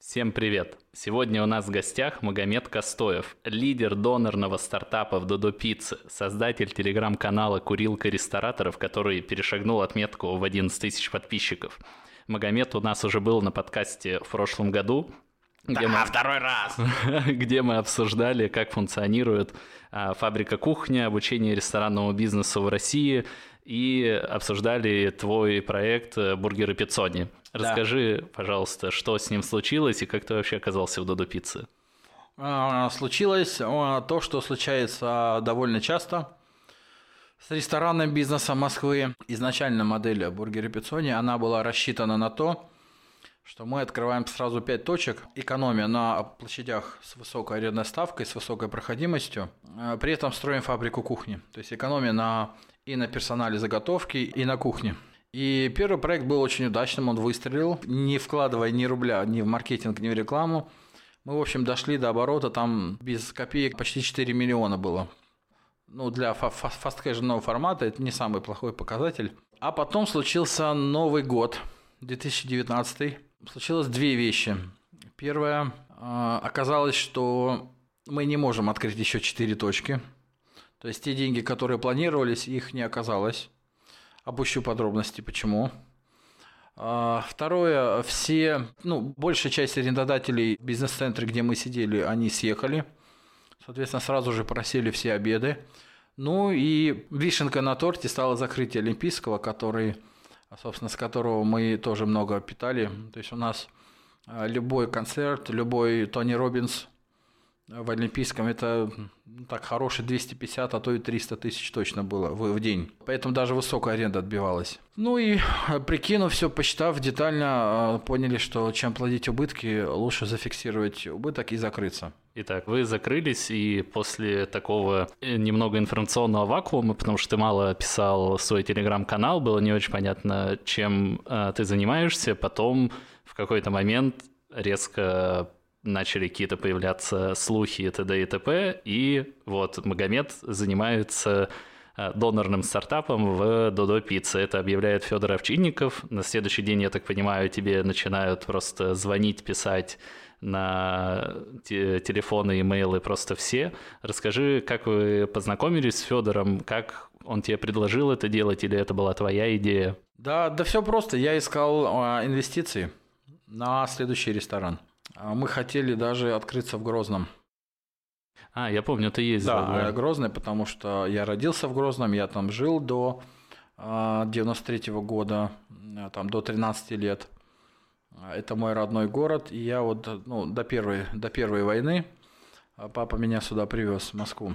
Всем привет! Сегодня у нас в гостях Магомед Костоев, лидер донорного стартапа в Додо Пицце, создатель телеграм-канала «Курилка рестораторов», который перешагнул отметку в 11 тысяч подписчиков. Магомед у нас уже был на подкасте в прошлом году. Второй раз! Где мы обсуждали, как функционирует фабрика кухни, обучение ресторанному бизнесу в России и обсуждали твой проект «Бургеры Пиццони». Расскажи, пожалуйста, что с ним случилось и как ты вообще оказался в Додо Пицце? Случилось то, что случается довольно часто с ресторанным бизнесом Москвы. Изначально модель «Бургеры Пиццони» она была рассчитана на то, что мы открываем сразу 5 точек, экономия на площадях с высокой арендной ставкой, с высокой проходимостью, при этом строим фабрику кухни. То есть экономия и на персонале заготовки, и на кухне. И первый проект был очень удачным, он выстрелил, не вкладывая ни рубля ни в маркетинг, ни в рекламу. Мы, в общем, дошли до оборота, там без копеек почти 4 миллиона было. Для фаст-кэжного формата это не самый плохой показатель. А потом случился Новый год, 2019. Случилось две вещи. Первое, оказалось, что мы не можем открыть еще 4 точки. То есть те деньги, которые планировались, их не оказалось. Опущу подробности, почему. Второе, большая часть арендодателей бизнес-центры, где мы сидели, они съехали. Соответственно, сразу же просели все обеды. И вишенкой на торте стало закрытие Олимпийского, с которого мы тоже много питали. То есть у нас любой концерт, любой Тони Роббинс в Олимпийском, это так хороший 250, а то и 300 тысяч точно было в день. Поэтому даже высокая аренда отбивалась. Прикинув все, посчитав детально, поняли, что чем платить убытки, лучше зафиксировать убыток и закрыться. Итак, вы закрылись, и после такого немного информационного вакуума, потому что ты мало писал свой телеграм-канал, было не очень понятно, чем ты занимаешься, потом в какой-то момент резко начали какие-то появляться слухи и т.д. и т.п. И вот Магомед занимается донорным стартапом в Додо Пицце. Это объявляет Федор Овчинников. На следующий день, я так понимаю, тебе начинают просто звонить, писать на телефоны, имейлы просто все. Расскажи, как вы познакомились с Федором, как он тебе предложил это делать, или это была твоя идея? Да, все просто. Я искал инвестиции на следующий ресторан. Мы хотели даже открыться в Грозном. Я помню, ты ездил. Да, Грозный, потому что я родился в Грозном, я там жил до 93-го года, там до 13 лет. Это мой родной город, и я до первой войны папа меня сюда привез, в Москву.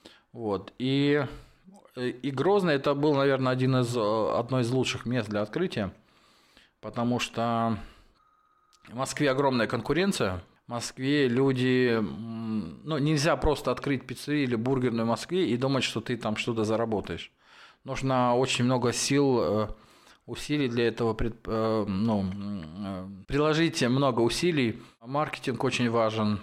И Грозный это был, наверное, одно из лучших мест для открытия, потому что в Москве огромная конкуренция. В Москве люди... нельзя просто открыть пиццерию или бургерную в Москве и думать, что ты там что-то заработаешь. Нужно очень много сил, усилий для этого, приложить много усилий. Маркетинг очень важен,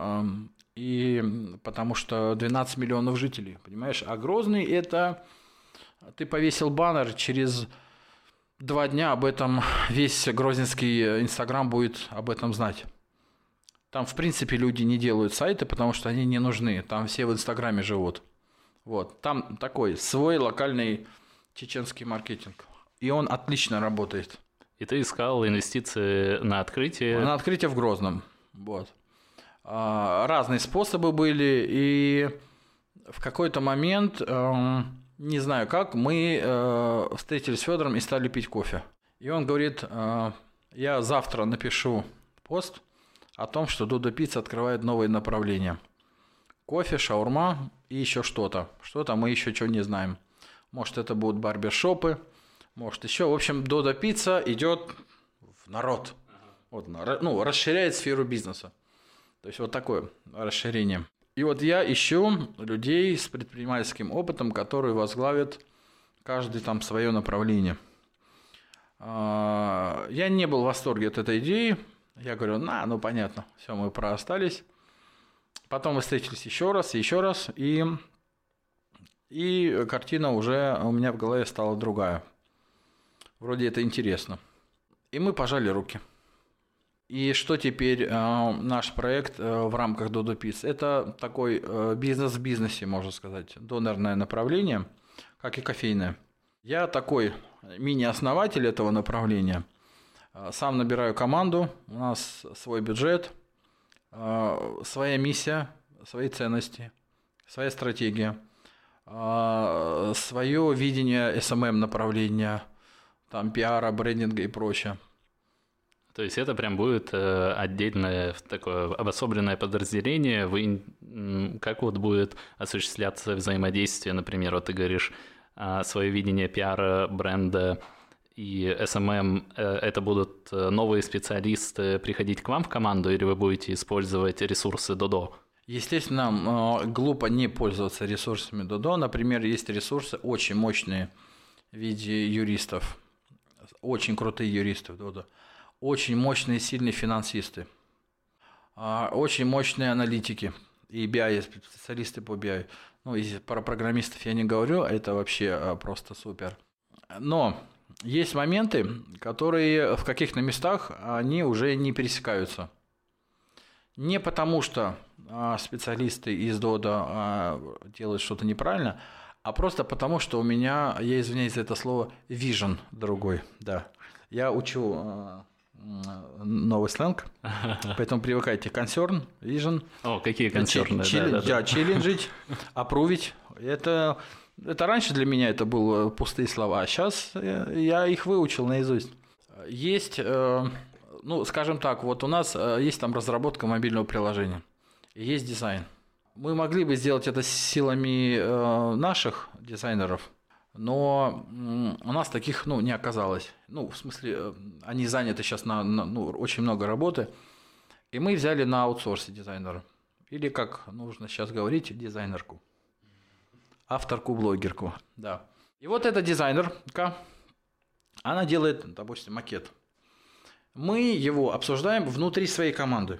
и потому что 12 миллионов жителей, понимаешь? А Грозный – это... Ты повесил баннер, через 2 дня об этом весь грозненский Инстаграм будет об этом знать. Там, в принципе, люди не делают сайты, потому что они не нужны. Там все в Инстаграме живут. Там такой свой локальный чеченский маркетинг. И он отлично работает. И ты искал инвестиции на открытие? На открытие в Грозном. Разные способы были. И в какой-то момент... Не знаю как, мы встретились с Федором и стали пить кофе. И он говорит, я завтра напишу пост о том, что Додо Пицца открывает новые направления. Кофе, шаурма и еще что-то. Что-то мы еще чего не знаем. Может, это будут барбершопы, может, еще. В общем, Додо Пицца идет в народ. Расширяет сферу бизнеса. То есть такое расширение. И я ищу людей с предпринимательским опытом, которые возглавят каждый там свое направление. Я не был в восторге от этой идеи. Я говорю, понятно, все, мы проостались. Потом мы встретились еще раз, и картина уже у меня в голове стала другая. Вроде это интересно. И мы пожали руки. И что теперь наш проект в рамках Dodo Pizza? Это такой бизнес в бизнесе, можно сказать, донорное направление, как и кофейное. Я такой мини-основатель этого направления. Сам набираю команду, у нас свой бюджет, своя миссия, свои ценности, своя стратегия, свое видение SMM направления, там пиара, брендинга и прочее. То есть это прям будет отдельное такое обособленное подразделение. Как вот будет осуществляться взаимодействие, например, вот ты говоришь, свое видение пиара, бренда и SMM, это будут новые специалисты приходить к вам в команду, или вы будете использовать ресурсы Dodo? Естественно, глупо не пользоваться ресурсами Dodo. Например, есть ресурсы очень мощные в виде юристов, очень крутые юристы в Dodo, очень мощные, сильные финансисты, очень мощные аналитики и BI, специалисты по BI. Ну, и про программистов я не говорю, это вообще просто супер. Но есть моменты, которые в каких-то местах они уже не пересекаются. Не потому, что специалисты из Dodo делают что-то неправильно, а просто потому, что у меня, я извиняюсь за это слово, vision другой. Да. Я учу новый сленг, поэтому привыкайте. Concern, vision. О, какие консерны? Челленджить, апрувить. Это раньше для меня это были пустые слова, а сейчас я их выучил наизусть. Есть, ну, скажем так, вот у нас есть там разработка мобильного приложения, есть дизайн. Мы могли бы сделать это силами наших дизайнеров, но у нас таких, ну, не оказалось. Ну, в смысле, они заняты сейчас ну, очень много работы, и мы взяли на аутсорсе дизайнера. Или, как нужно сейчас говорить, дизайнерку. Авторку-блогерку, да. И вот эта дизайнерка, она делает, допустим, макет. Мы его обсуждаем внутри своей команды.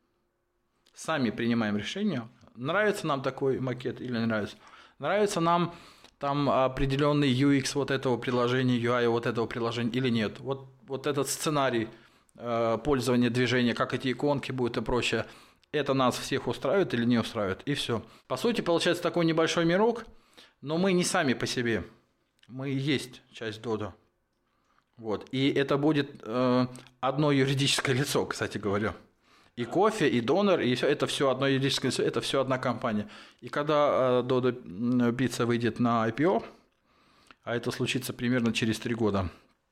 Сами принимаем решение, нравится нам такой макет или не нравится. Нравится нам там определенный UX вот этого приложения, UI вот этого приложения или нет. Вот этот сценарий пользования движения, как эти иконки будут и прочее, это нас всех устраивает или не устраивает, и все. По сути, получается такой небольшой мирок, но мы не сами по себе. Мы и есть часть Dodo. Вот. И это будет одно юридическое лицо, кстати говоря. И кофе, и донор, и все, это все одно юридическое лицо, это все одна компания. И когда Dodo Pizza выйдет на IPO, а это случится примерно через 3 года,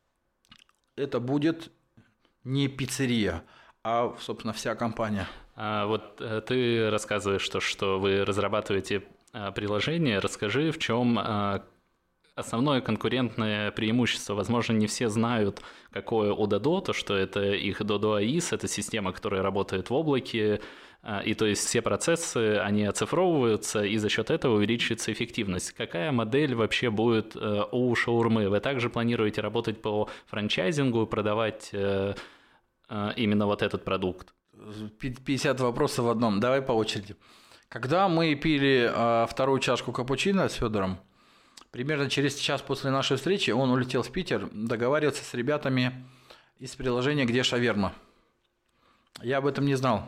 это будет не пиццерия, а, собственно, вся компания. Вот ты рассказываешь, что вы разрабатываете приложение. Расскажи, в чем основное конкурентное преимущество. Возможно, не все знают, какое у Dodo, то, что это их Dodo AIS, это система, которая работает в облаке, и то есть все процессы, они оцифровываются, и за счет этого увеличивается эффективность. Какая модель вообще будет у шаурмы? Вы также планируете работать по франчайзингу, продавать именно вот этот продукт? 50 вопросов в одном. Давай по очереди. Когда мы пили вторую чашку капучино с Федором, примерно через час после нашей встречи он улетел в Питер, договариваться с ребятами из приложения «Где шаверма?». Я об этом не знал.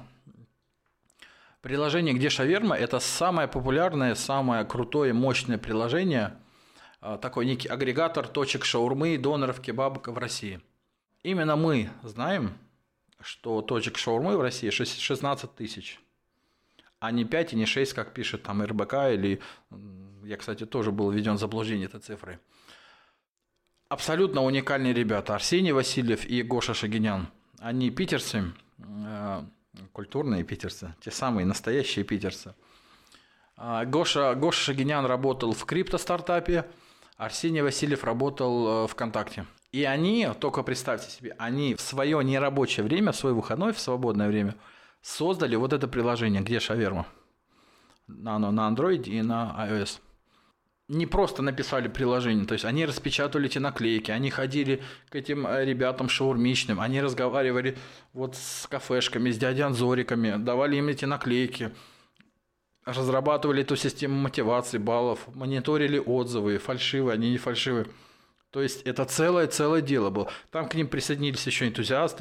Приложение «Где шаверма» – это самое популярное, самое крутое, мощное приложение, такой некий агрегатор точек шаурмы, доноров, кебабок в России. Именно мы знаем, что точек шаурмы в России 16 тысяч, а не 5 и не 6, как пишет там РБК, или я, кстати, тоже был введен в заблуждение этой цифрой. Абсолютно уникальные ребята. Арсений Васильев и Гоша Шагинян. Они питерцы, культурные питерцы, те самые настоящие питерцы. Гоша Шагинян работал в крипто-стартапе, Арсений Васильев работал в ВКонтакте. И они, только представьте себе, они в свое нерабочее время, в свой выходной, в свободное время создали вот это приложение «Где шаверма?» на Android и на iOS. Не просто написали приложение, то есть они распечатали эти наклейки, они ходили к этим ребятам шаурмичным, они разговаривали вот с кафешками, с дядей Анзориками, давали им эти наклейки, разрабатывали эту систему мотивации, баллов, мониторили отзывы, фальшивые, они не фальшивые. То есть это целое дело было. Там к ним присоединились еще энтузиасты,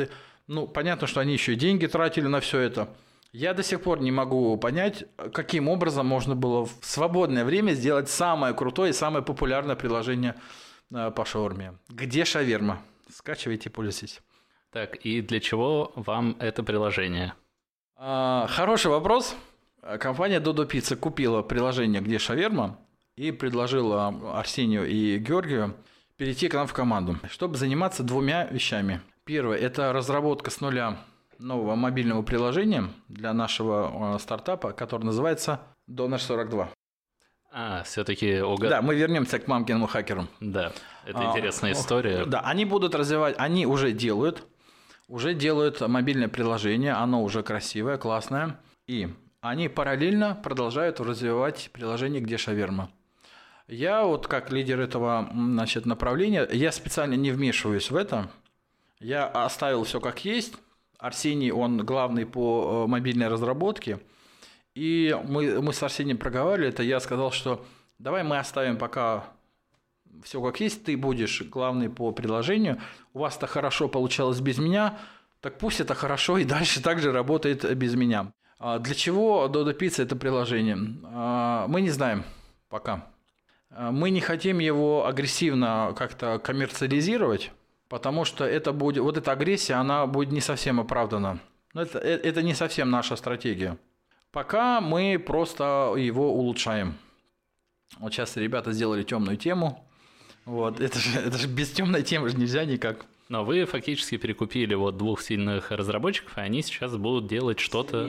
Ну, понятно, что они еще и деньги тратили на все это. Я до сих пор не могу понять, каким образом можно было в свободное время сделать самое крутое и самое популярное приложение по шаурме. Где шаверма? Скачивайте, пользуйтесь. Так, и для чего вам это приложение? Хороший вопрос. Компания Dodo Pizza купила приложение «Где шаверма» и предложила Арсению и Георгию перейти к нам в команду, чтобы заниматься двумя вещами. Первое – это разработка с нуля нового мобильного приложения для нашего стартапа, которое называется Donor 42. Все-таки Да, мы вернемся к мамкиным хакерам. Да, это интересная история. Да, они будут развивать, они уже делают мобильное приложение, оно уже красивое, классное, и они параллельно продолжают развивать приложение «Где шаверма». Я вот как лидер этого, значит, направления, я специально не вмешиваюсь в это, я оставил все как есть. Арсений, он главный по мобильной разработке, и мы с Арсением проговаривали это, я сказал, что давай мы оставим пока все как есть, ты будешь главный по приложению, у вас это хорошо получалось без меня, так пусть это хорошо и дальше также работает без меня. Для чего Dodo Pizza это приложение? Мы не знаем пока. Мы не хотим его агрессивно как-то коммерциализировать, потому что это будет, вот эта агрессия, она будет не совсем оправдана. Это не совсем наша стратегия. Пока мы просто его улучшаем. Вот сейчас ребята сделали темную тему. Вот, это же без темной темы же нельзя никак. Но вы фактически перекупили вот двух сильных разработчиков, и они сейчас будут делать что-то...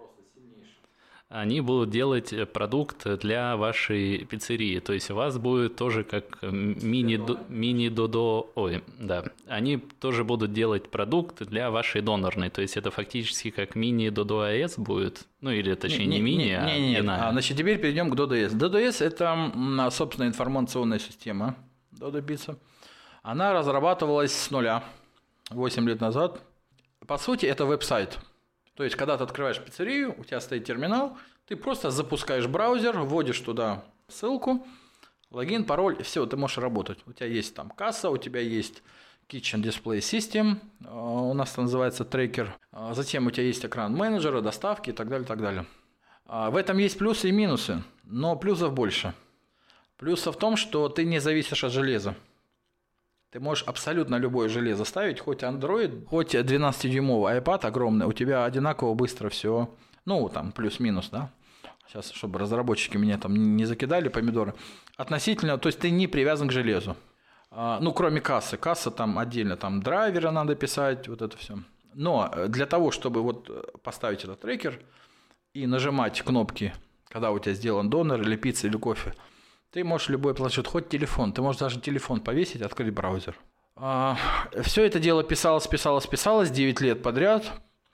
Они будут делать продукт для вашей пиццерии. То есть у вас будет тоже как мини-додо... Ой, да. Они тоже будут делать продукт для вашей донорной. То есть это фактически как мини-додо АЭС будет. Ну или точнее не мини, а иная. Значит, теперь перейдем к Dodo S. Dodo S – это, собственно, информационная система Dodo Pizza. Она разрабатывалась с нуля 8 лет назад. По сути, это веб-сайт. То есть, когда ты открываешь пиццерию, у тебя стоит терминал, ты просто запускаешь браузер, вводишь туда ссылку, логин, пароль, и все, ты можешь работать. У тебя есть там касса, у тебя есть Kitchen Display System, у нас это называется трекер, затем у тебя есть экран менеджера, доставки и так далее, так далее. В этом есть плюсы и минусы, но плюсов больше. Плюсов в том, что ты не зависишь от железа. Ты можешь абсолютно любое железо ставить, хоть Android, хоть 12-дюймовый iPad огромный, у тебя одинаково быстро все, ну, там, плюс-минус, да, сейчас, чтобы разработчики меня там не закидали помидоры, относительно, то есть ты не привязан к железу, ну, кроме кассы, касса там отдельно, там драйверы надо писать, вот это все, но для того, чтобы вот поставить этот трекер и нажимать кнопки, когда у тебя сделан донор или пицца или кофе, ты можешь любой планшет, хоть телефон, ты можешь даже телефон повесить, открыть браузер. Все это дело писалось 9 лет подряд.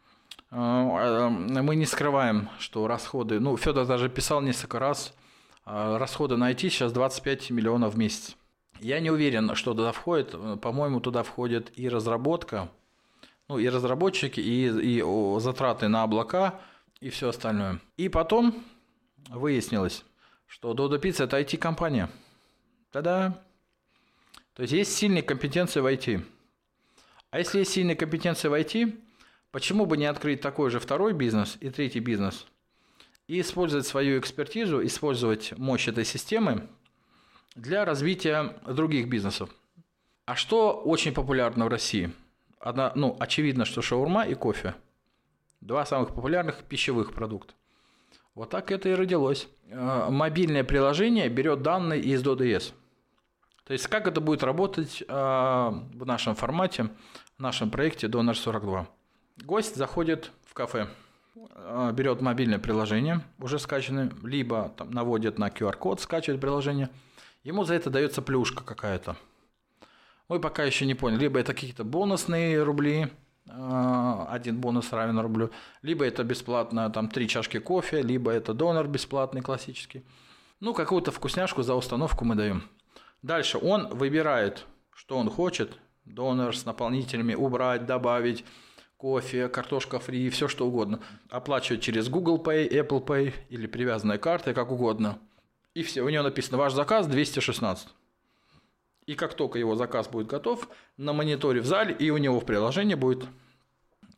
Мы не скрываем, что расходы, ну, Федор даже писал несколько раз, расходы на IT сейчас 25 миллионов в месяц. Я не уверен, что туда входит, по-моему, туда входит и разработка, ну, и разработчики, и затраты на облака, и все остальное. И потом выяснилось, что Dodo Pizza – это IT-компания. Та-да! То есть есть сильные компетенции в IT. А если есть сильные компетенции в IT, почему бы не открыть такой же второй бизнес и третий бизнес и использовать свою экспертизу, использовать мощь этой системы для развития других бизнесов? А что очень популярно в России? Очевидно, что шаурма и кофе. Два самых популярных пищевых продукта. Вот так это и родилось. Мобильное приложение берет данные из Dodo S. То есть, как это будет работать в нашем формате, в нашем проекте Donor 42. Гость заходит в кафе, берет мобильное приложение, уже скачанное, либо там, наводит на QR-код, скачивает приложение. Ему за это дается плюшка какая-то. Мы пока еще не поняли. Либо это какие-то бонусные рубли, один бонус равен рублю, либо это бесплатно там 3 чашки кофе, либо это донор бесплатный классический. Ну, какую-то вкусняшку за установку мы даем. Дальше он выбирает, что он хочет. Донор с наполнителями убрать, добавить, кофе, картошка фри, все что угодно. Оплачивать через Google Pay, Apple Pay или привязанной картой, как угодно. И все, у него написано «Ваш заказ 216». И как только его заказ будет готов, на мониторе в зале и у него в приложении будет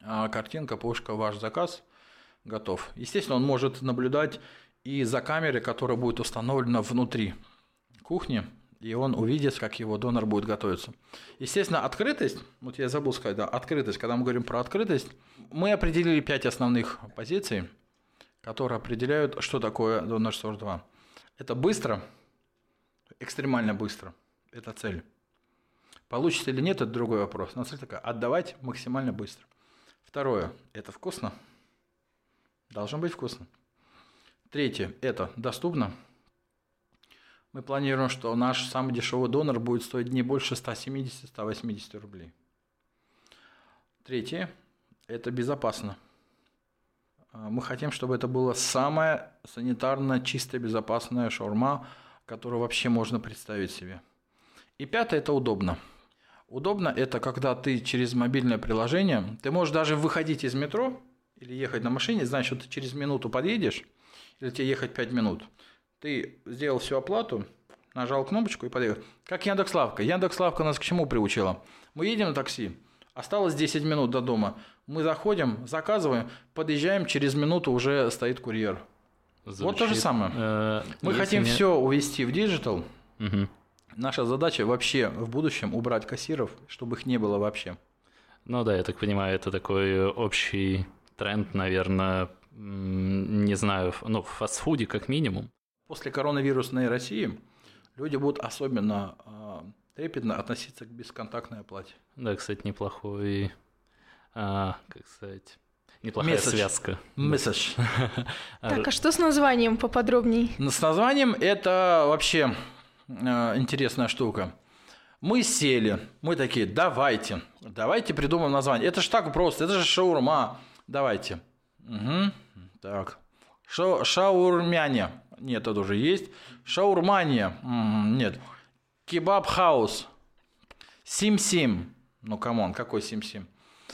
картинка, пушка, ваш заказ готов. Естественно, он может наблюдать и за камерой, которая будет установлена внутри кухни, и он увидит, как его донор будет готовиться. Естественно, открытость, вот я забыл сказать, да, открытость, когда мы говорим про открытость, мы определили 5 основных позиций, которые определяют, что такое донор 42. Это быстро, экстремально быстро, это цель. Получится или нет, это другой вопрос. Но цель такая, отдавать максимально быстро. Второе, это вкусно. Должно быть вкусно. Третье, это доступно. Мы планируем, что наш самый дешевый донор будет стоить не больше 170-180 рублей. Третье, это безопасно. Мы хотим, чтобы это была самая санитарно чистая, безопасная шаурма, которую вообще можно представить себе. И пятое, это удобно. Удобно это когда ты через мобильное приложение, ты можешь даже выходить из метро или ехать на машине, знаешь, что ты через минуту подъедешь, или тебе ехать 5 минут. Ты сделал всю оплату, нажал кнопочку и подъехал. Как Яндекс.Лавка. Яндекс.Лавка нас к чему приучила? Мы едем на такси, осталось 10 минут до дома. Мы заходим, заказываем, подъезжаем, через минуту уже стоит курьер. Звучит, вот то же самое. Мы хотим все увести в диджитал. Угу. Наша задача вообще в будущем убрать кассиров, чтобы их не было вообще. Ну да, я так понимаю, это такой общий тренд, наверное, не знаю, ну, в фастфуде как минимум. После коронавирусной России люди будут особенно трепетно относиться к бесконтактной оплате. Да, кстати, неплохой, как сказать, неплохая связка. Месседж. Так, а что с названием поподробней? С названием это вообще интересная штука. Мы сели, мы такие, давайте придумаем название. Это ж так просто, это же шаурма. Давайте. Угу. Так. Шаурмяне. Нет, это уже есть. Шаурмания. Нет. Кебаб-хаус. Сим-сим. Ну, камон, какой сим-сим?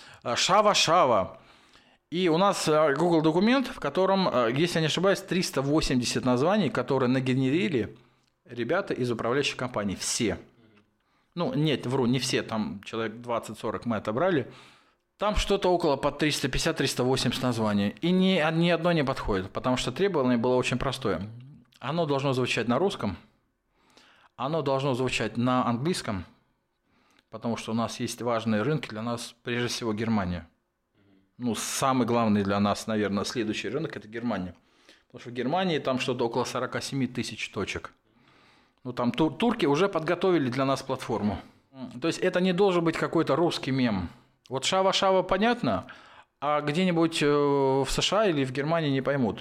Шава-шава. И у нас Google документ, в котором, если я не ошибаюсь, 380 названий, которые нагенерили ребята из управляющей компании. Все. Ну, нет, вру, не все. Там человек 20-40 мы отобрали. Там что-то около под 350-380 названий. И ни одно не подходит, потому что требование было очень простое. Оно должно звучать на русском, оно должно звучать на английском, потому что у нас есть важные рынки для нас, прежде всего Германия. Ну, самый главный для нас, наверное, следующий рынок – это Германия. Потому что в Германии там что-то около 47 тысяч точек. Ну, там турки уже подготовили для нас платформу. То есть это не должен быть какой-то русский мем. Вот шава-шава понятно, а где-нибудь в США или в Германии не поймут.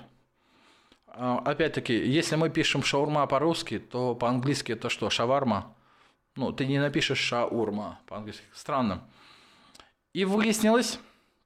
Опять-таки, если мы пишем шаурма по-русски, то по-английски это что, шаварма? Ну, ты не напишешь шаурма по-английски. Странно. И выяснилось,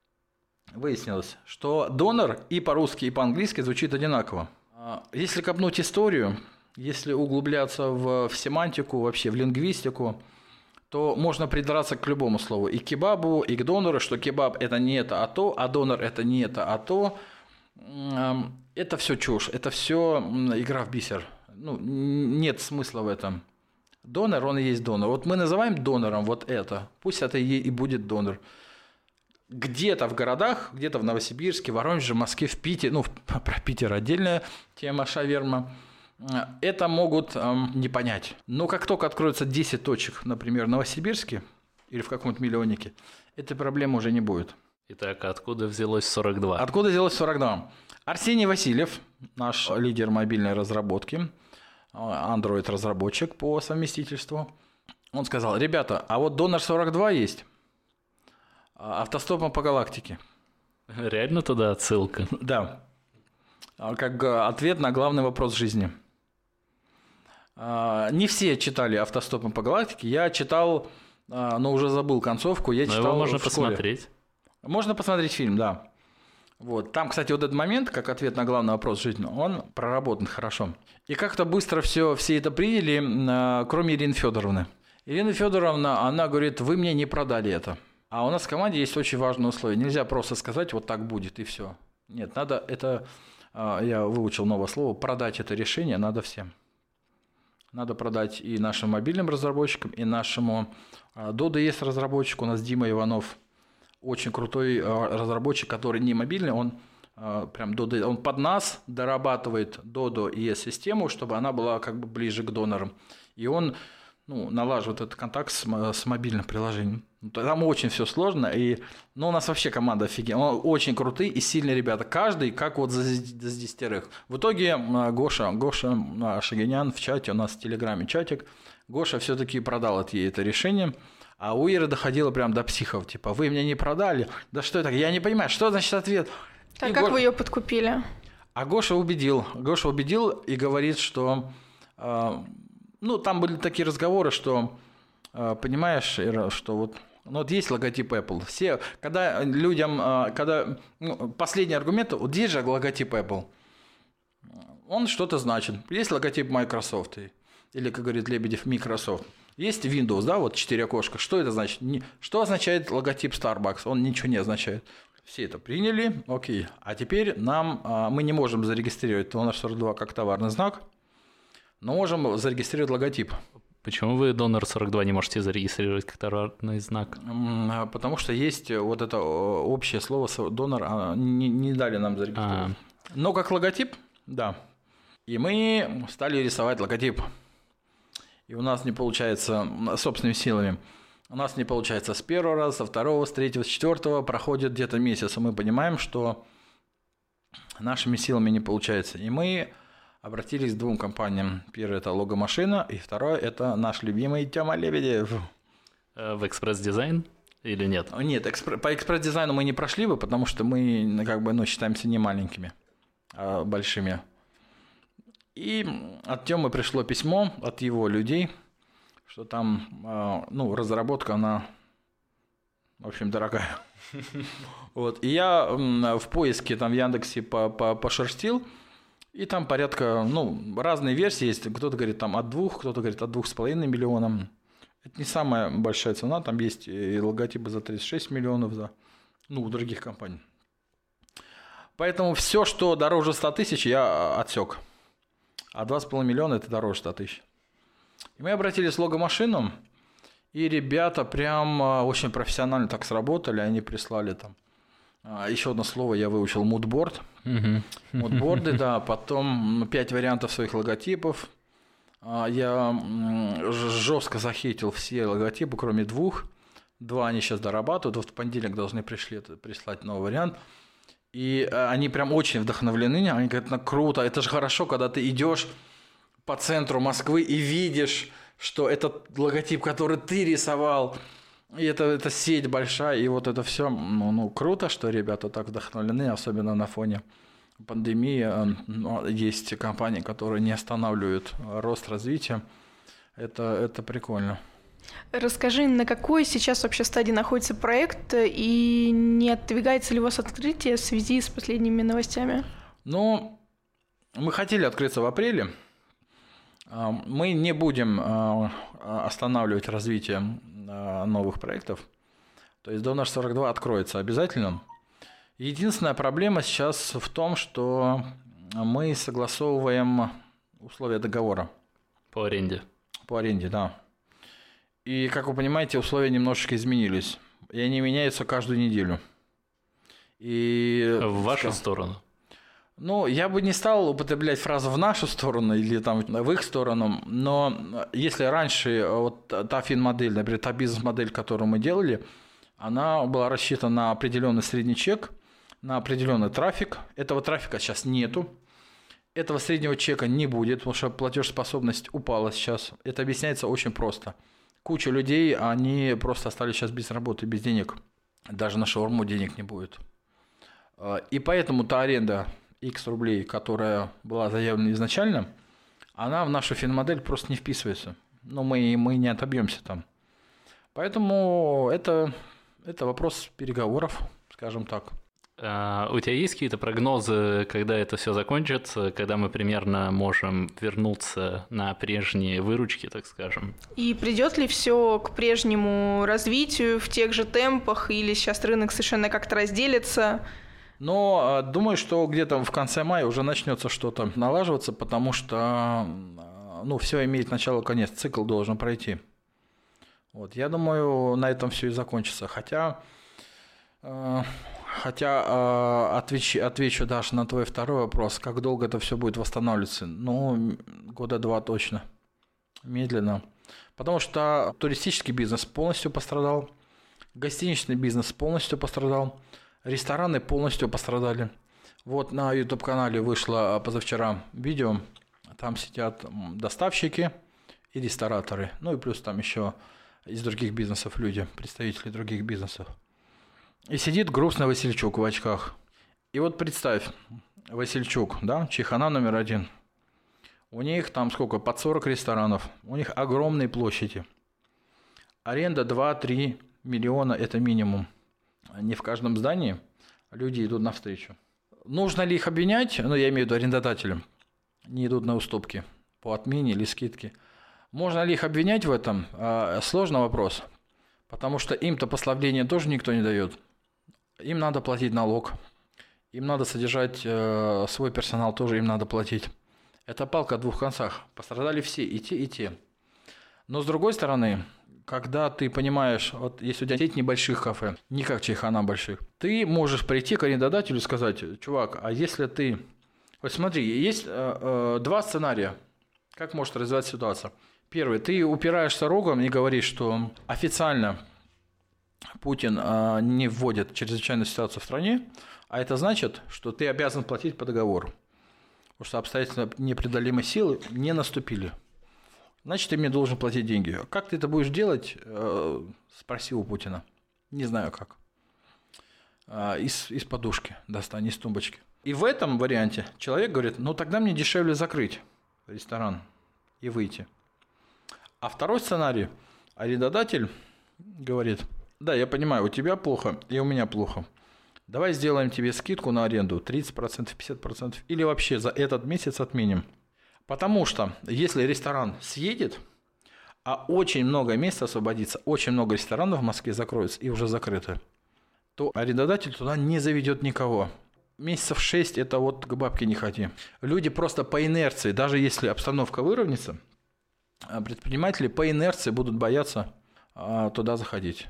что донор и по-русски, и по-английски звучит одинаково. Если копнуть историю, если углубляться в семантику, вообще в лингвистику, то можно придраться к любому слову. И к кебабу, и к донору, что кебаб – это не это, а донор – это не это, а то. Это все чушь, это все игра в бисер. Ну, нет смысла в этом. Донор, он и есть донор. Вот мы называем донором вот это. Пусть это и будет донор. Где-то в городах, где-то в Новосибирске, Воронеже, Москве, в Питере, ну, про Питер отдельная тема шаверма, это могут не понять. Но как только откроется 10 точек, например, в Новосибирске или в каком-то миллионнике, этой проблемы уже не будет. Итак, откуда взялось 42? Откуда взялось 42? Арсений Васильев, наш лидер мобильной разработки, Android-разработчик по совместительству, он сказал: ребята, а вот донор 42 есть, автостопом по галактике. Реально туда отсылка? Да. Как ответ на главный вопрос жизни. Не все читали «Автостопом по галактике». Я читал, но уже забыл концовку. Я читал его можно в школе. посмотреть. Можно посмотреть фильм, да. Вот. Там, кстати, вот этот момент, как ответ на главный вопрос жизни, он проработан хорошо. И как-то быстро все это приняли, кроме Ирины Федоровны. Ирина Федоровна, она говорит: вы мне не продали это. А у нас в команде есть очень важное условие. Нельзя просто сказать: вот так будет и все. Нет, надо это... Я выучил новое слово. Продать это решение надо всем. Надо продать и нашим мобильным разработчикам, и нашему DoDS разработчику. У нас Дима Иванов. очень крутой разработчик, который не мобильный, он прям он под нас дорабатывает Dodo ES-систему, чтобы она была как бы ближе к донорам. И он налаживает этот контакт с мобильным приложением. Там очень все сложно, но у нас вообще команда офигенная. Очень крутые и сильные ребята. Каждый как вот за 10. В итоге Гоша Шагинян в чате, у нас в Телеграме чатик, Гоша все-таки продал ей это решение. А у Иры доходило прям до психов. Типа, вы мне не продали? Да что это? Я не понимаю, что значит ответ? А как вы ее подкупили? А Гоша убедил. Гоша убедил и говорит, что... там были такие разговоры, что... Понимаешь, Ира, что вот есть логотип Apple. Все, когда людям... последний аргумент, вот есть же логотип Apple. Он что-то значит. Есть логотип Microsoft. Или, как говорит Лебедев, Microsoft. Есть Windows, да, вот 4 окошка. Что это значит? Что означает логотип Starbucks? Он ничего не означает. Все это приняли, окей. А теперь мы не можем зарегистрировать Donor 42 как товарный знак, но можем зарегистрировать логотип. Почему вы Donor 42 не можете зарегистрировать как товарный знак? Потому что есть вот это общее слово донор, не дали нам зарегистрировать. Но как логотип, да. И мы стали рисовать логотип. И у нас не получается собственными силами. У нас не получается с первого раза, со второго, с третьего, с четвертого. Проходит где-то месяц, и мы понимаем, что нашими силами не получается. И мы обратились к 2 компаниям. Первое – это Логомашина, и второе – это наш любимый Тёма Лебедев. В экспресс-дизайн или нет? Нет, по экспресс-дизайну мы не прошли бы, потому что мы считаемся не маленькими, а большими. И от Тёмы пришло письмо от его людей, что там, разработка, она, в общем, дорогая. Вот. И я в поиске там в Яндексе пошерстил, и там порядка, разные версии есть. Кто-то говорит там от 2, кто-то говорит от 2,5 миллиона. Это не самая большая цена, там есть и логотипы за 36 миллионов, у других компаний. Поэтому все, что дороже 100 тысяч, я отсек. А 2,5 миллиона – это дороже 100 тысяч. И мы обратились к Логомашинам, и ребята прям очень профессионально так сработали, они прислали там. Еще одно слово я выучил – мудборд. Мудборды, да, потом 5 вариантов своих логотипов. Я жестко захейтил все логотипы, кроме 2. 2 они сейчас дорабатывают, вот в понедельник должны прислать новый вариант. И они прям очень вдохновлены, они говорят, круто, это же хорошо, когда ты идешь по центру Москвы и видишь, что этот логотип, который ты рисовал, и это сеть большая, и вот это все, круто, что ребята так вдохновлены, особенно на фоне пандемии. Есть компании, которые не останавливают рост развития, это прикольно. Расскажи, на какой сейчас вообще стадии находится проект и не отодвигается ли у вас открытие в связи с последними новостями? Мы хотели открыться в апреле. Мы не будем останавливать развитие новых проектов. То есть Donor 42 откроется обязательно. Единственная проблема сейчас в том, что мы согласовываем условия договора. По аренде. По аренде, да. И, как вы понимаете, условия немножечко изменились. И они меняются каждую неделю. И... В вашу сторону? Я бы не стал употреблять фразу «в нашу сторону» или там «в их сторону», но если раньше вот та финмодель, например, та бизнес-модель, которую мы делали, она была рассчитана на определенный средний чек, на определенный трафик. Этого трафика сейчас нету. Этого среднего чека не будет, потому что платежеспособность упала сейчас. Это объясняется очень просто. Куча людей, они просто остались сейчас без работы, без денег. Даже на шаурму денег не будет. И поэтому та аренда X рублей, которая была заявлена изначально, она в нашу финмодель просто не вписывается. Мы не отобьемся там. Поэтому это вопрос переговоров, скажем так. У тебя есть какие-то прогнозы, когда это все закончится, когда мы примерно можем вернуться на прежние выручки, так скажем? И придет ли все к прежнему развитию в тех же темпах, или сейчас рынок совершенно как-то разделится? Но думаю, что где-то в конце мая уже начнется что-то налаживаться, потому что все имеет начало и конец, цикл должен пройти. Вот, я думаю, на этом все и закончится. Хотя Хотя отвечу даже на твой второй вопрос, как долго это все будет восстанавливаться. Ну, 2 года точно. Медленно. Потому что туристический бизнес полностью пострадал, гостиничный бизнес полностью пострадал, рестораны полностью пострадали. Вот на YouTube-канале вышло позавчера видео, там сидят доставщики и рестораторы, ну и плюс там еще из других бизнесов люди, представители других бизнесов. И сидит грустный Васильчук в очках. И вот представь, Васильчук, да, чайхана номер 1. У них там сколько, под 40 ресторанов, у них огромные площади. Аренда 2-3 миллиона – это минимум. Не в каждом здании люди идут навстречу. Нужно ли их обвинять? Ну, я имею в виду арендодателям. Не идут на уступки по отмене или скидке. Можно ли их обвинять в этом? Сложный вопрос. Потому что им-то послабления тоже никто не дает. Им надо платить налог. Им надо содержать свой персонал, тоже им надо платить. Это палка о 2 концах. Пострадали все, и те, и те. Но с другой стороны, когда ты понимаешь, вот если у тебя сеть небольших кафе, не как чайхана больших, ты можешь прийти к арендодателю и сказать: чувак, а если ты... Вот смотри, есть 2 сценария, как может развиваться ситуация. Первый, ты упираешься рогом и говоришь, что официально Путин не вводит чрезвычайную ситуацию в стране, а это значит, что ты обязан платить по договору. Потому что обстоятельства непреодолимой силы не наступили. Значит, ты мне должен платить деньги. Как ты это будешь делать? Спроси у Путина. Не знаю как. Из подушки достань, из тумбочки. И в этом варианте человек говорит: ну тогда мне дешевле закрыть ресторан и выйти. А второй сценарий. Арендодатель говорит: да, я понимаю, у тебя плохо и у меня плохо. Давай сделаем тебе скидку на аренду 30%, 50%, или вообще за этот месяц отменим. Потому что если ресторан съедет, а очень много мест освободится, очень много ресторанов в Москве закроются и уже закрыты, то арендодатель туда не заведет никого. Месяцев 6 это вот к бабке не ходи. Люди просто по инерции, даже если обстановка выровняется, предприниматели по инерции будут бояться туда заходить.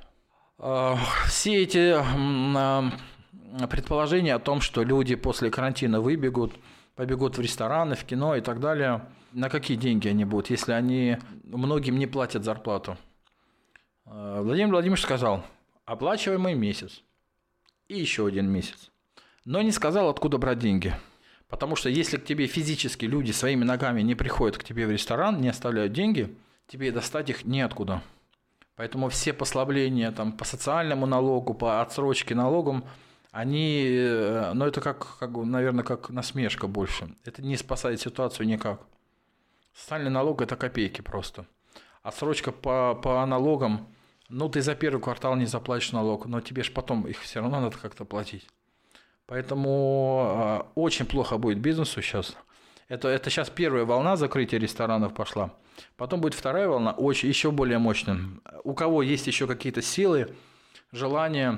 Все эти предположения о том, что люди после карантина побегут в рестораны, в кино и так далее, на какие деньги они будут, если они многим не платят зарплату? Владимир Владимирович сказал: оплачиваемый месяц и еще 1 месяц. Но не сказал, откуда брать деньги. Потому что если к тебе физически люди своими ногами не приходят к тебе в ресторан, не оставляют деньги, тебе достать их неоткуда. Поэтому все послабления там, по социальному налогу, по отсрочке налогам, они, ну это наверное, как насмешка больше. Это не спасает ситуацию никак. Социальный налог – это копейки просто. Отсрочка по налогам, ну ты за первый квартал не заплатишь налог, но тебе же потом их все равно надо как-то платить. Поэтому очень плохо будет бизнесу сейчас. Это сейчас первая волна закрытия ресторанов пошла. Потом будет вторая волна, еще более мощная. У кого есть еще какие-то силы, желания,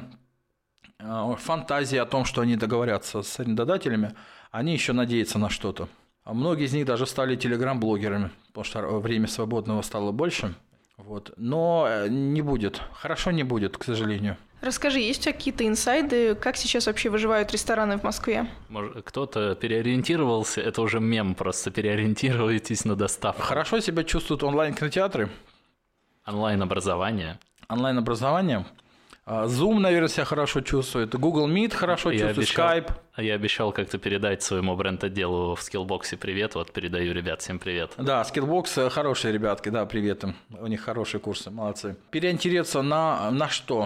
фантазии о том, что они договорятся с арендодателями, они еще надеются на что-то. А многие из них даже стали телеграм-блогерами, потому что время свободного стало больше. Вот. Но не будет. Хорошо не будет, к сожалению. Расскажи, есть у тебя какие-то инсайды, как сейчас вообще выживают рестораны в Москве? Может, кто-то переориентировался, это уже мем просто, переориентируйтесь на доставку. Хорошо себя чувствуют онлайн-кинотеатры. Онлайн-образование. Онлайн-образование. Zoom, наверное, себя хорошо чувствует. Google Meet хорошо чувствует. Skype. Я обещал как-то передать своему бренд-отделу в Skillbox привет. Вот передаю, ребят, всем привет. Да, Skillbox хорошие ребятки, да, привет им. У них хорошие курсы, молодцы. Переориентироваться на что?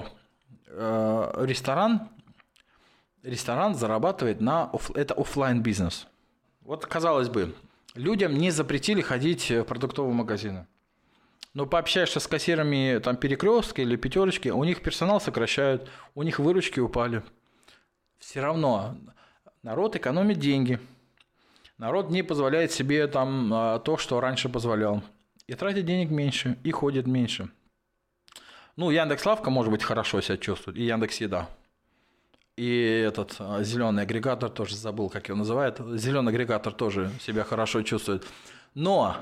Ресторан зарабатывает это офлайн бизнес. Вот, казалось бы, людям не запретили ходить в продуктовые магазины. Но пообщаешься с кассирами там Перекрестка или Пятерочки, у них персонал сокращают, у них выручки упали. Все равно народ экономит деньги. Народ не позволяет себе там то, что раньше позволял. И тратит денег меньше, и ходит меньше. Ну, Яндекс.Лавка, может быть, хорошо себя чувствует, и Яндекс.Еда. И этот зеленый агрегатор, тоже забыл, как его называют. Зеленый агрегатор тоже себя хорошо чувствует. Но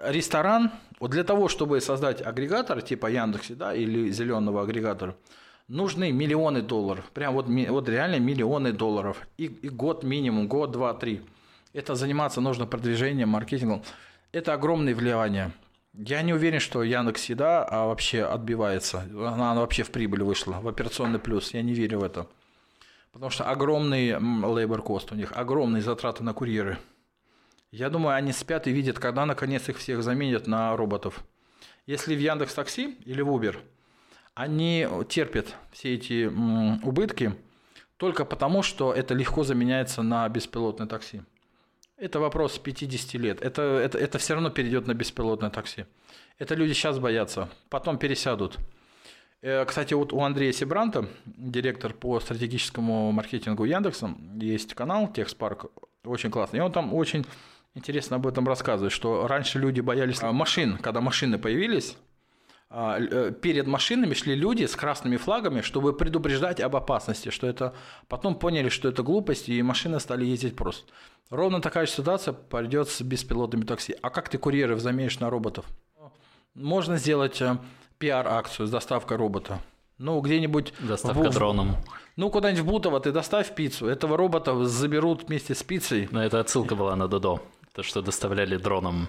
ресторан, вот для того, чтобы создать агрегатор типа Яндекс.Еда или зеленого агрегатора, нужны миллионы долларов. Прям вот реально миллионы долларов. И год минимум, год, 2, 3. Это заниматься нужно продвижением, маркетингом. Это огромное влияние. Я не уверен, что Яндекс.Еда вообще отбивается. Она вообще в прибыль вышла, в операционный плюс. Я не верю в это. Потому что огромный labor cost у них, огромные затраты на курьеры. Я думаю, они спят и видят, когда наконец их всех заменят на роботов. Если в Яндекс.Такси или в Uber они терпят все эти убытки только потому, что это легко заменяется на беспилотное такси. Это вопрос 50 лет. Это все равно перейдет на беспилотное такси. Это люди сейчас боятся, потом пересядут. Кстати, вот у Андрея Сибранта, директор по стратегическому маркетингу Яндекса, есть канал Техспарк, очень классный. И он там очень интересно об этом рассказывает, что раньше люди боялись машин. Когда машины появились, перед машинами шли люди с красными флагами, чтобы предупреждать об опасности, что это... Потом поняли, что это глупость, и машины стали ездить просто. Ровно такая же ситуация пойдет с беспилотными такси. А как ты курьеров заменишь на роботов? Можно сделать пиар-акцию с доставкой робота. Ну, где-нибудь... Доставка дроном. Ну, куда-нибудь в Бутово ты доставь пиццу. Этого робота заберут вместе с пиццей. Но это отсылка была на Додо. То, что доставляли дроном.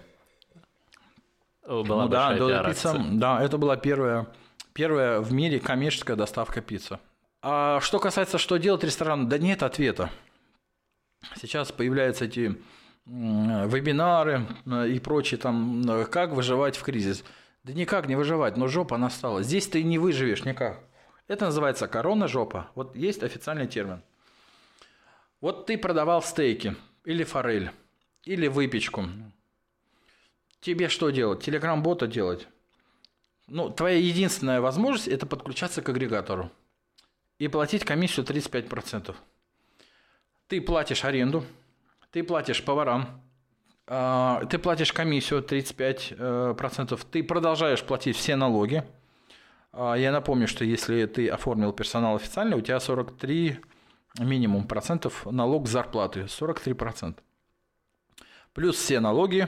Была большая пиар-акция. Да, это была первая в мире коммерческая доставка пиццы. А что касается, что делать ресторану, да нет ответа. Сейчас появляются эти вебинары и прочее, там, как выживать в кризис. Да никак не выживать, но жопа настала. Здесь ты не выживешь никак. Это называется корона-жопа. Вот есть официальный термин. Вот ты продавал стейки или форель, или выпечку. Тебе что делать? Телеграм-бота делать? Ну, твоя единственная возможность – это подключаться к агрегатору и платить комиссию 35%. Ты платишь аренду, ты платишь поварам, ты платишь комиссию 35%, ты продолжаешь платить все налоги. Я напомню, что если ты оформил персонал официально, у тебя 43 минимум процентов налог с зарплаты, 43%. Плюс все налоги,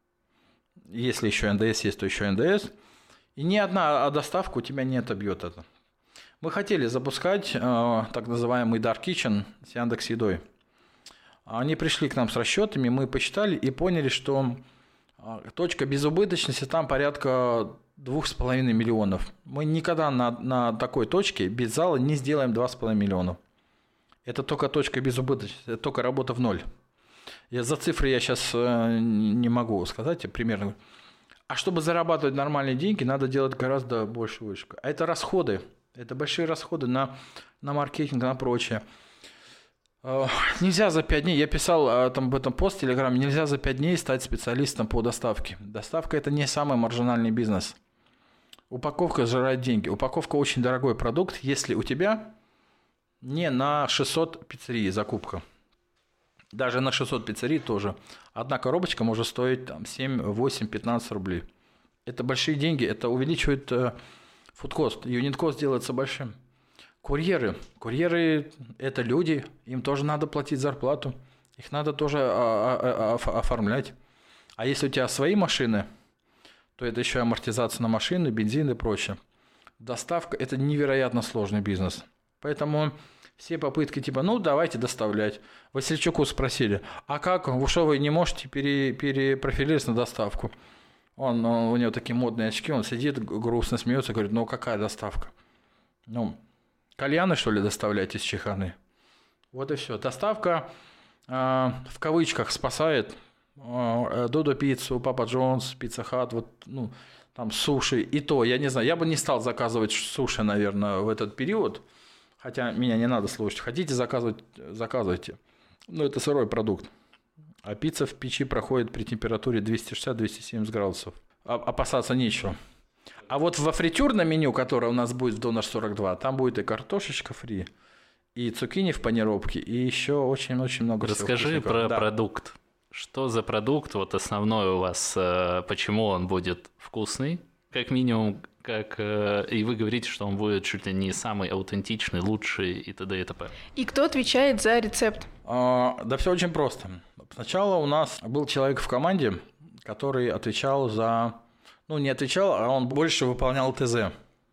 если еще НДС есть, то еще НДС. И ни одна доставка у тебя не отобьет это. Мы хотели запускать так называемый Dark Kitchen с Яндекс.Едой. Они пришли к нам с расчетами, мы посчитали и поняли, что точка безубыточности там порядка 2,5 миллионов. Мы никогда на такой точке без зала не сделаем 2,5 миллиона. Это только точка безубыточности, это только работа в ноль. За цифры я сейчас не могу сказать примерно. А чтобы зарабатывать нормальные деньги, надо делать гораздо больше вышек. А это расходы. Это большие расходы на маркетинг, на прочее. Нельзя за 5 дней, я писал там об этом пост в Телеграме, нельзя за 5 дней стать специалистом по доставке. Доставка – это не самый маржинальный бизнес. Упаковка сжирает деньги. Упаковка очень дорогой продукт, если у тебя не на 600 пиццерий закупка. Даже на 600 пиццерий тоже. Одна коробочка может стоить там, 7, 8, 15 рублей. Это большие деньги, это увеличивает фудкост, юнит-кост делается большим. Курьеры – это люди, им тоже надо платить зарплату, их надо тоже оформлять. А если у тебя свои машины, то это еще амортизация на машины, бензин и прочее. Доставка – это невероятно сложный бизнес. Поэтому все попытки типа, ну, давайте доставлять. Васильчуку спросили, а как, что вы не можете перепрофилироваться на доставку? У него такие модные очки, он сидит, грустно смеется, говорит, ну, какая доставка? Ну, кальяны, что ли, доставлять из Чеханы? Вот и все. Доставка в кавычках спасает Додо пиццу, Папа Джонс, Пицца Хат, вот, ну, там суши. И то, я не знаю, я бы не стал заказывать суши, наверное, в этот период. Хотя меня не надо слушать. Хотите заказывать, заказывайте. Но это сырой продукт. А пицца в печи проходит при температуре 260-270 градусов. Опасаться нечего. А вот во фритюрном меню, которое у нас будет в Донор 42, там будет и картошечка фри, и цукини в панировке, и еще очень-очень много всего. Расскажи про продукт. Что за продукт, вот основной у вас, почему он будет вкусный, как минимум, и вы говорите, что он будет чуть ли не самый аутентичный, лучший и т.д. и т.п. И кто отвечает за рецепт? Да все очень просто. Сначала у нас был человек в команде, который отвечал за... Ну, не отвечал, а он больше выполнял ТЗ.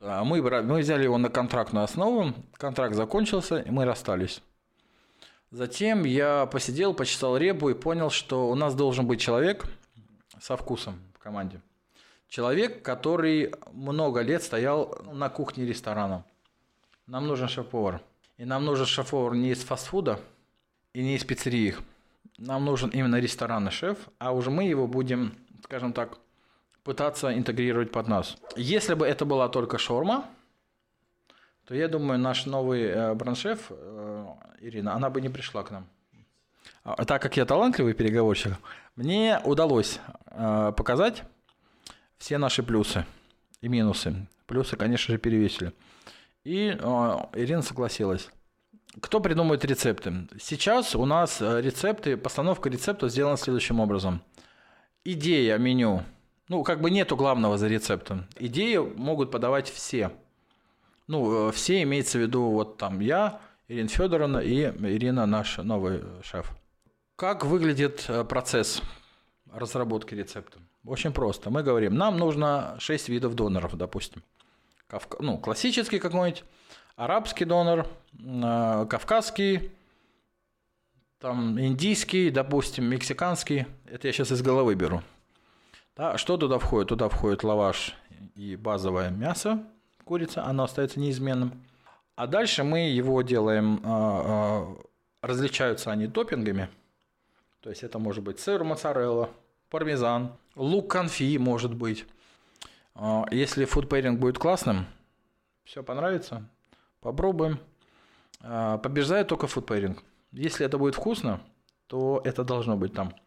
Мы взяли его на контрактную основу, контракт закончился, и мы расстались. Затем я посидел, почесал репу и понял, что у нас должен быть человек со вкусом в команде. Человек, который много лет стоял на кухне ресторана. Нам нужен шеф-повар. И нам нужен шеф-повар не из фастфуда и не из пиццерии. Нам нужен именно ресторанный шеф, а уже мы его будем, скажем так, пытаться интегрировать под нас. Если бы это была только шаурма, то я думаю, наш новый бренд-шеф Ирина, она бы не пришла к нам. Так как я талантливый переговорщик, мне удалось показать все наши плюсы и минусы. Плюсы, конечно же, перевесили. И Ирина согласилась. Кто придумывает рецепты? Сейчас у нас рецепты, постановка рецептов сделана следующим образом. Идея меню. Нету главного за рецептом. Идеи могут подавать все. Все имеется в виду я, Ирина Федоровна и Ирина, наш новый шеф. Как выглядит процесс разработки рецепта? Очень просто. Мы говорим, нам нужно 6 видов доноров, допустим. Классический какой-нибудь, арабский донор, кавказский, индийский, допустим, мексиканский. Это я сейчас из головы беру. Да, что туда входит? Туда входит лаваш и базовое мясо, курица, оно остается неизменным. А дальше мы его делаем, различаются они топпингами. То есть это может быть сыр моцарелла, пармезан, лук конфи может быть. Если фуд-пейринг будет классным, все понравится, попробуем. Побеждает только фуд-пейринг. Если это будет вкусно, то это должно быть там.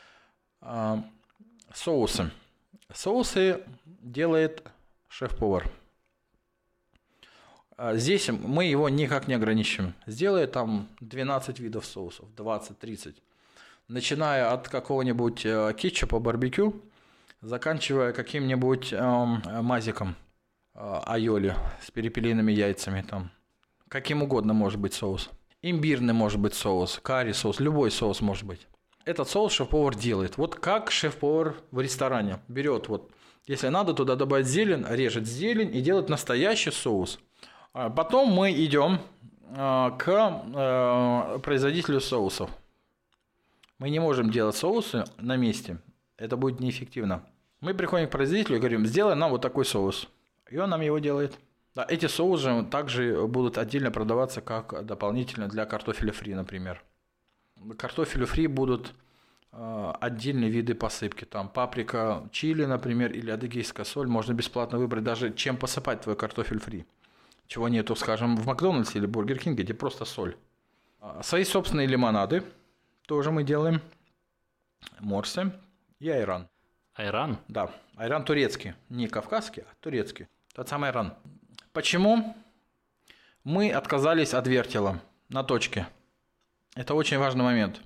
Соусы. Соусы делает шеф-повар. Здесь мы его никак не ограничим. Сделает там 12 видов соусов, 20-30. Начиная от какого-нибудь кетчупа, барбекю, заканчивая каким-нибудь мазиком айоли с перепелиными яйцами. Там. Каким угодно может быть соус. Имбирный может быть соус, карри-соус, любой соус может быть. Этот соус шеф-повар делает. Вот как шеф-повар в ресторане. Берет если надо, туда добавить зелень, режет зелень и делает настоящий соус. Потом мы идем к производителю соусов. Мы не можем делать соусы на месте. Это будет неэффективно. Мы приходим к производителю и говорим, сделай нам вот такой соус. И он нам его делает. Да, эти соусы также будут отдельно продаваться как дополнительно для картофеля фри, например. Картофелю фри будут отдельные виды посыпки. Там паприка, чили, например, или адыгейская соль. Можно бесплатно выбрать даже, чем посыпать твой картофель фри. Чего нету, скажем, в Макдональдсе или Бургер Кинге, где просто соль. Свои собственные лимонады тоже мы делаем. Морсы и айран. Айран? Да, айран турецкий. Не кавказский, а турецкий. Тот самый айран. Почему мы отказались от вертела на точке? Это очень важный момент.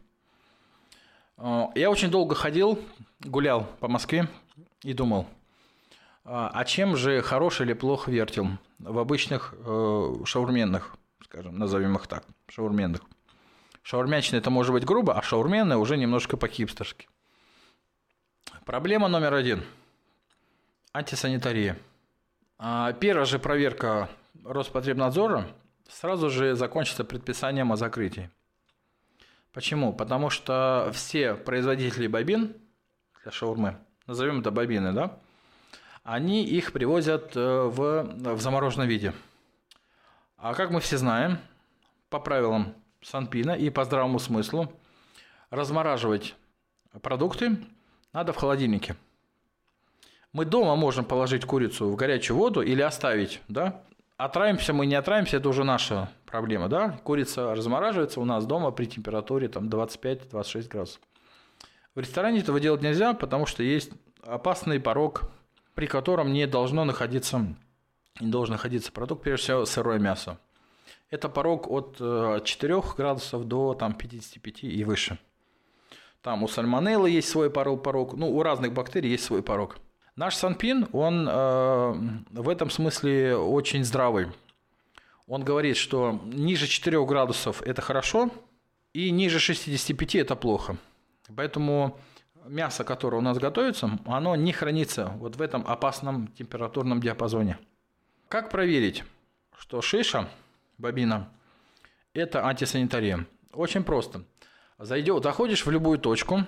Я очень долго гулял по Москве и думал, а чем же хорош или плох вертел в обычных шаурменных, скажем, назовем их так, шаурменных. Шаурмячный это может быть грубо, а шаурменный уже немножко по-хипстерски. Проблема номер 1. Антисанитария. Первая же проверка Роспотребнадзора сразу же закончится предписанием о закрытии. Почему? Потому что все производители бобин для шаурмы, назовем это бобины, да, они их привозят в замороженном виде. А как мы все знаем, по правилам Санпина и по здравому смыслу, размораживать продукты надо в холодильнике. Мы дома можем положить курицу в горячую воду или оставить, да? Отравимся мы, не отравимся, это уже наша проблема, да? Курица размораживается у нас дома при температуре 25-26 градусов. В ресторане этого делать нельзя, потому что есть опасный порог, при котором не должен находиться продукт, прежде всего сырое мясо. Это порог от 4 градусов до 55 и выше. Там у сальмонеллы есть свой порог, у разных бактерий есть свой порог. Наш Санпин, он в этом смысле очень здравый. Он говорит, что ниже 4 градусов это хорошо, и ниже 65 это плохо. Поэтому мясо, которое у нас готовится, оно не хранится вот в этом опасном температурном диапазоне. Как проверить, что шиша, бобина, это антисанитария? Очень просто. Заходишь в любую точку,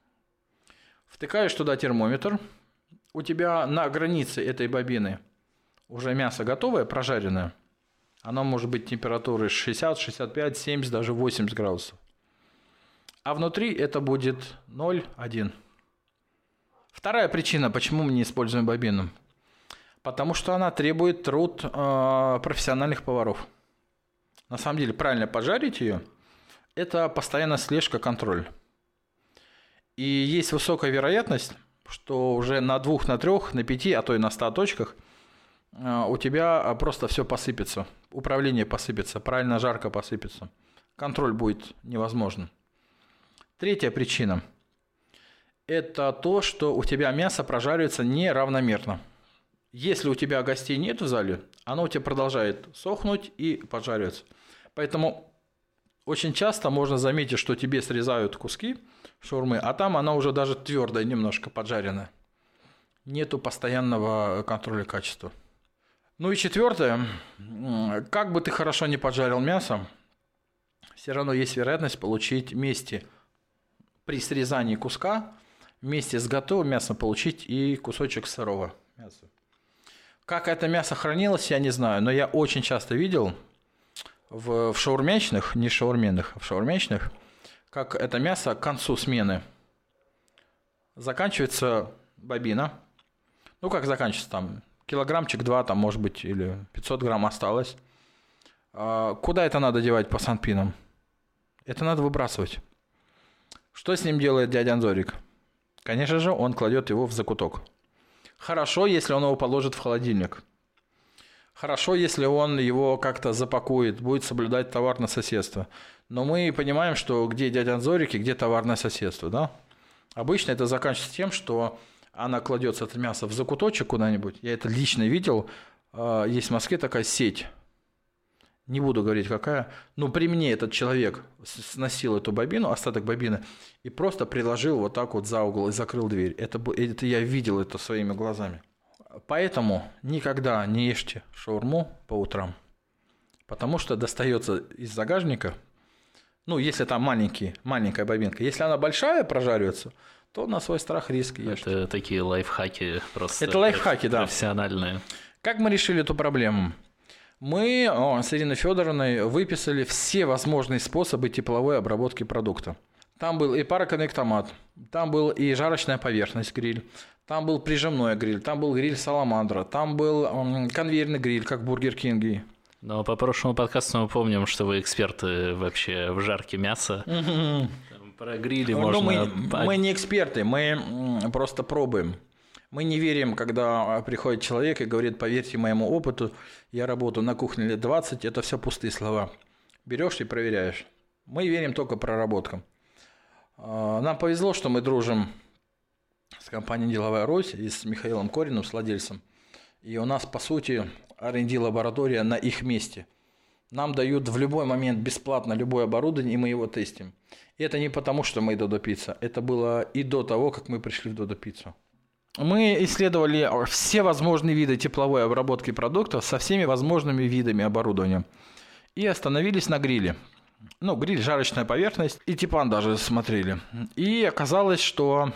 втыкаешь туда термометр, у тебя на границе этой бобины уже мясо готовое, прожаренное. Оно может быть температуры 60, 65, 70, даже 80 градусов. А внутри это будет 0,1. Вторая причина, почему мы не используем бобину. Потому что она требует труд профессиональных поваров. На самом деле, правильно пожарить ее – это постоянная слежка, контроль. И есть высокая вероятность, что уже на 2, на 3, на 5, а то и на 100 точках у тебя просто все посыпется. Управление посыпется, правильно жарко посыпется. Контроль будет невозможен. Третья причина – это то, что у тебя мясо прожаривается неравномерно. Если у тебя гостей нет в зале, оно у тебя продолжает сохнуть и поджариваться. Поэтому очень часто можно заметить, что тебе срезают куски шаурмы, а там она уже даже твердая, немножко поджаренная. Нету постоянного контроля качества. Ну и четвертое, как бы ты хорошо не поджарил мясо, все равно есть вероятность получить вместе при срезании куска, вместе с готовым мясом получить и кусочек сырого мяса. Как это мясо хранилось, я не знаю, но я очень часто видел в шаурмячных, не шаурменных, а в шаурмячных, как это мясо к концу смены заканчивается бобина. Ну, как заканчивается там? Килограммчик 2, там, может быть, или 500 грамм осталось. Куда это надо девать по санпинам? Это надо выбрасывать. Что с ним делает дядя Анзорик? Конечно же, он кладет его в закуток. Хорошо, если он его положит в холодильник. Хорошо, если он его как-то запакует, будет соблюдать товарное соседство. Но мы понимаем, что где дядя Анзорик и где товарное соседство, да? Обычно это заканчивается тем, что она кладется, это мясо, в закуточек куда-нибудь. Я это лично видел. Есть в Москве такая сеть. Не буду говорить, какая. Но при мне этот человек сносил эту бобину, остаток бобины, и просто приложил вот так вот за угол и закрыл дверь. Это я видел это своими глазами. Поэтому никогда не ешьте шаурму по утрам. Потому что достается из загажника. Ну, если там маленькая бобинка. Если она большая, прожаривается, то на свой страх риск ешьте. Это такие лайфхаки просто. Это лайфхаки, да. Профессиональные. Как мы решили эту проблему? Мы с Ириной Федоровной выписали все возможные способы тепловой обработки продукта. Там был и пароконвектомат, там был и жарочная поверхность гриль, там был прижимной гриль, там был гриль саламандра, там был конвейерный гриль, как в Бургер Кинге. Но по прошлому подкасту мы помним, что вы эксперты вообще в жарке мяса. Про грили можно... Мы не эксперты, мы просто пробуем. Мы не верим, когда приходит человек и говорит: поверьте моему опыту, я работаю на кухне лет 20, это все пустые слова. Берешь и проверяешь. Мы верим только проработкам. Нам повезло, что мы дружим с компанией «Деловая Русь» и с Михаилом Кориным, с владельцем. И у нас, по сути, R&D-лаборатория на их месте. Нам дают в любой момент бесплатно любое оборудование, и мы его тестим. И это не потому, что мы Додо Пицца. Это было и до того, как мы пришли в Додо Пиццу. Мы исследовали все возможные виды тепловой обработки продуктов со всеми возможными видами оборудования. И остановились на гриле. Ну, гриль, жарочная поверхность. И типан даже смотрели. И оказалось, что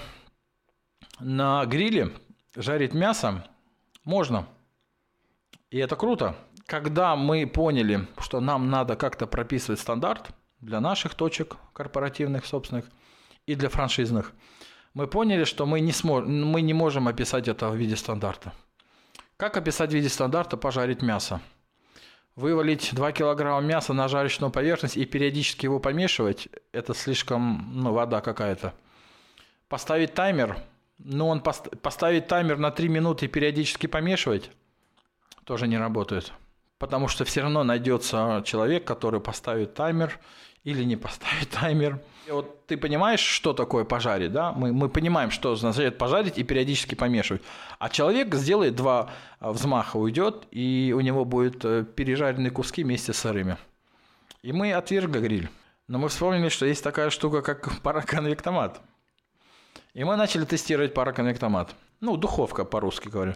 на гриле жарить мясо можно. И это круто. Когда мы поняли, что нам надо как-то прописывать стандарт для наших точек корпоративных, собственных, и для франшизных, мы поняли, что мы не можем описать это в виде стандарта. Как описать в виде стандарта пожарить мясо? Вывалить 2 килограмма мяса на жарочную поверхность и периодически его помешивать – это слишком вода какая-то. Поставить таймер, поставить таймер на 3 минуты и периодически помешивать тоже не работает. Потому что все равно найдется человек, который поставит таймер или не поставит таймер. И вот ты понимаешь, что такое пожарить, да? Мы понимаем, что означает пожарить и периодически помешивать. А человек сделает 2 взмаха, уйдет, и у него будут пережаренные куски вместе с сырыми. И мы отвергли гриль. Но мы вспомнили, что есть такая штука, как пароконвектомат. И мы начали тестировать пароконвектомат. Ну, духовка по-русски говорю.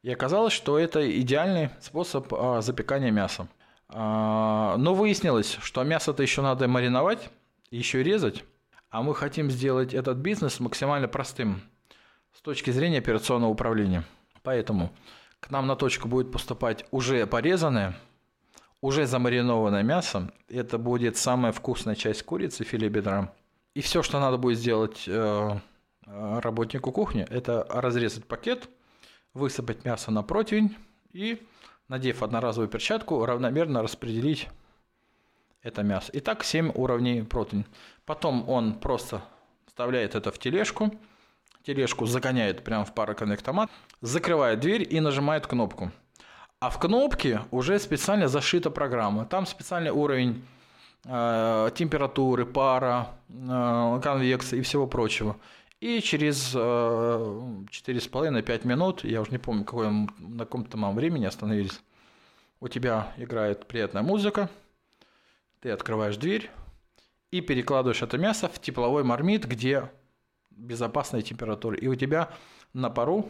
И оказалось, что это идеальный способ запекания мяса. Но выяснилось, что мясо-то еще надо мариновать, еще и резать. А мы хотим сделать этот бизнес максимально простым с точки зрения операционного управления. Поэтому к нам на точку будет поступать уже порезанное, уже замаринованное мясо. Это будет самая вкусная часть курицы, филе бедра. И все, что надо будет сделать работнику кухни, это разрезать пакет, высыпать мясо на противень и, надев одноразовую перчатку, равномерно распределить это мясо. Итак, 7 уровней противень. Потом он просто вставляет это в тележку загоняет прямо в пароконвектомат, закрывает дверь и нажимает кнопку. А в кнопке уже специально зашита программа. Там специальный уровень температуры, пара, конвекции и всего прочего. И через 4,5-5 минут, я уже не помню, на каком-то там времени остановились, у тебя играет приятная музыка, ты открываешь дверь и перекладываешь это мясо в тепловой мармит, где безопасная температура. И у тебя на пару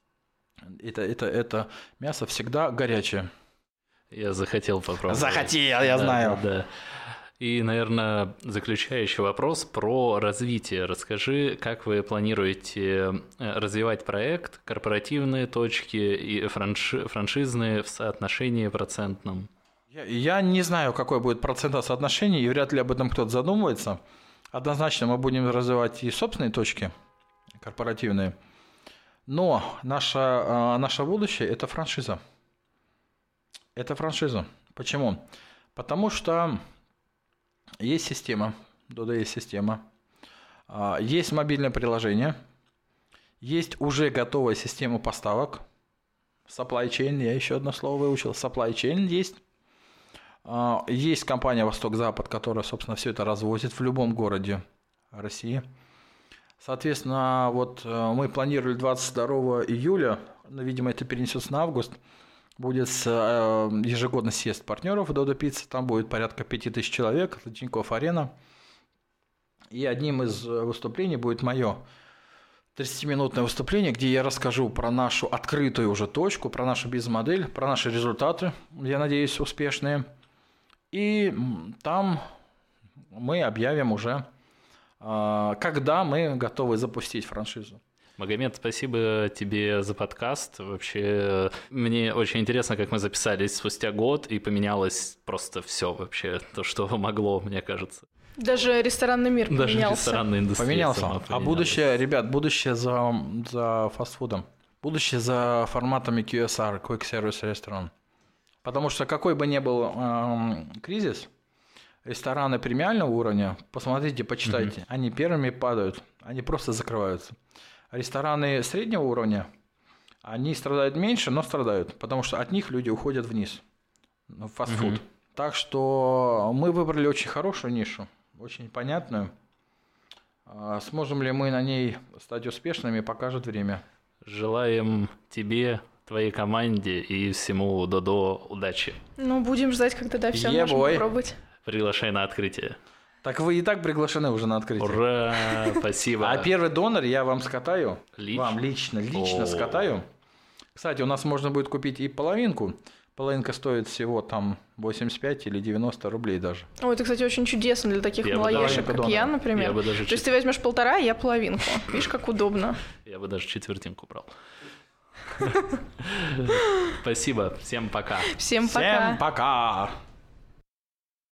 это мясо всегда горячее. Я захотел попробовать. Захотел, я знаю. Да. И, наверное, заключающий вопрос про развитие. Расскажи, как вы планируете развивать проект, корпоративные точки и франшизные в соотношении процентном? Я не знаю, какое будет процентное соотношение, и вряд ли об этом кто-то задумывается. Однозначно мы будем развивать и собственные точки корпоративные. Но наше будущее – это франшиза. Это франшиза. Почему? Потому что есть система, Dodo есть система, есть мобильное приложение, есть уже готовая система поставок, supply chain, я еще одно слово выучил, supply chain есть. Есть компания «Восток-Запад», которая, собственно, все это развозит в любом городе России. Соответственно, вот мы планировали 22 июля, но, видимо, это перенесется на август, будет ежегодный съезд партнеров Dodo Pizza, там будет порядка 5000 человек, это Тинькофф Арена. И одним из выступлений будет мое 30-минутное выступление, где я расскажу про нашу открытую уже точку, про нашу бизнес-модель, про наши результаты, я надеюсь, успешные. И там мы объявим уже, когда мы готовы запустить франшизу. Магомед, спасибо тебе за подкаст. Вообще, мне очень интересно, как мы записались спустя год, и поменялось просто все вообще, то, что могло, мне кажется. Даже ресторанный мир поменялся. Даже ресторанная индустрия поменялся. А будущее, ребят, будущее за фастфудом. Будущее за форматами QSR, Quick Service Restaurant. Потому что какой бы ни был кризис, рестораны премиального уровня, посмотрите, почитайте, они первыми падают, они просто закрываются. Рестораны среднего уровня, они страдают меньше, но страдают, потому что от них люди уходят вниз, в фастфуд. Так что мы выбрали очень хорошую нишу, очень понятную. Сможем ли мы на ней стать успешными, покажет время. Желаем тебе, твоей команде и всему Dodo удачи. Ну, будем ждать, когда все можем попробовать. Приглашай на открытие. Так вы и так приглашены уже на открытие. Ура! Спасибо. А первый донор я вам скатаю. Лично? Вам лично скатаю. Кстати, у нас можно будет купить и половинку. Половинка стоит всего там 85 или 90 рублей даже. Ой, это, кстати, очень чудесно для таких малоежек, как я, например. То есть ты возьмешь 1,5, я половинку. Видишь, как удобно. Я бы даже четвертинку брал. Спасибо. Всем пока. Всем пока. Всем пока.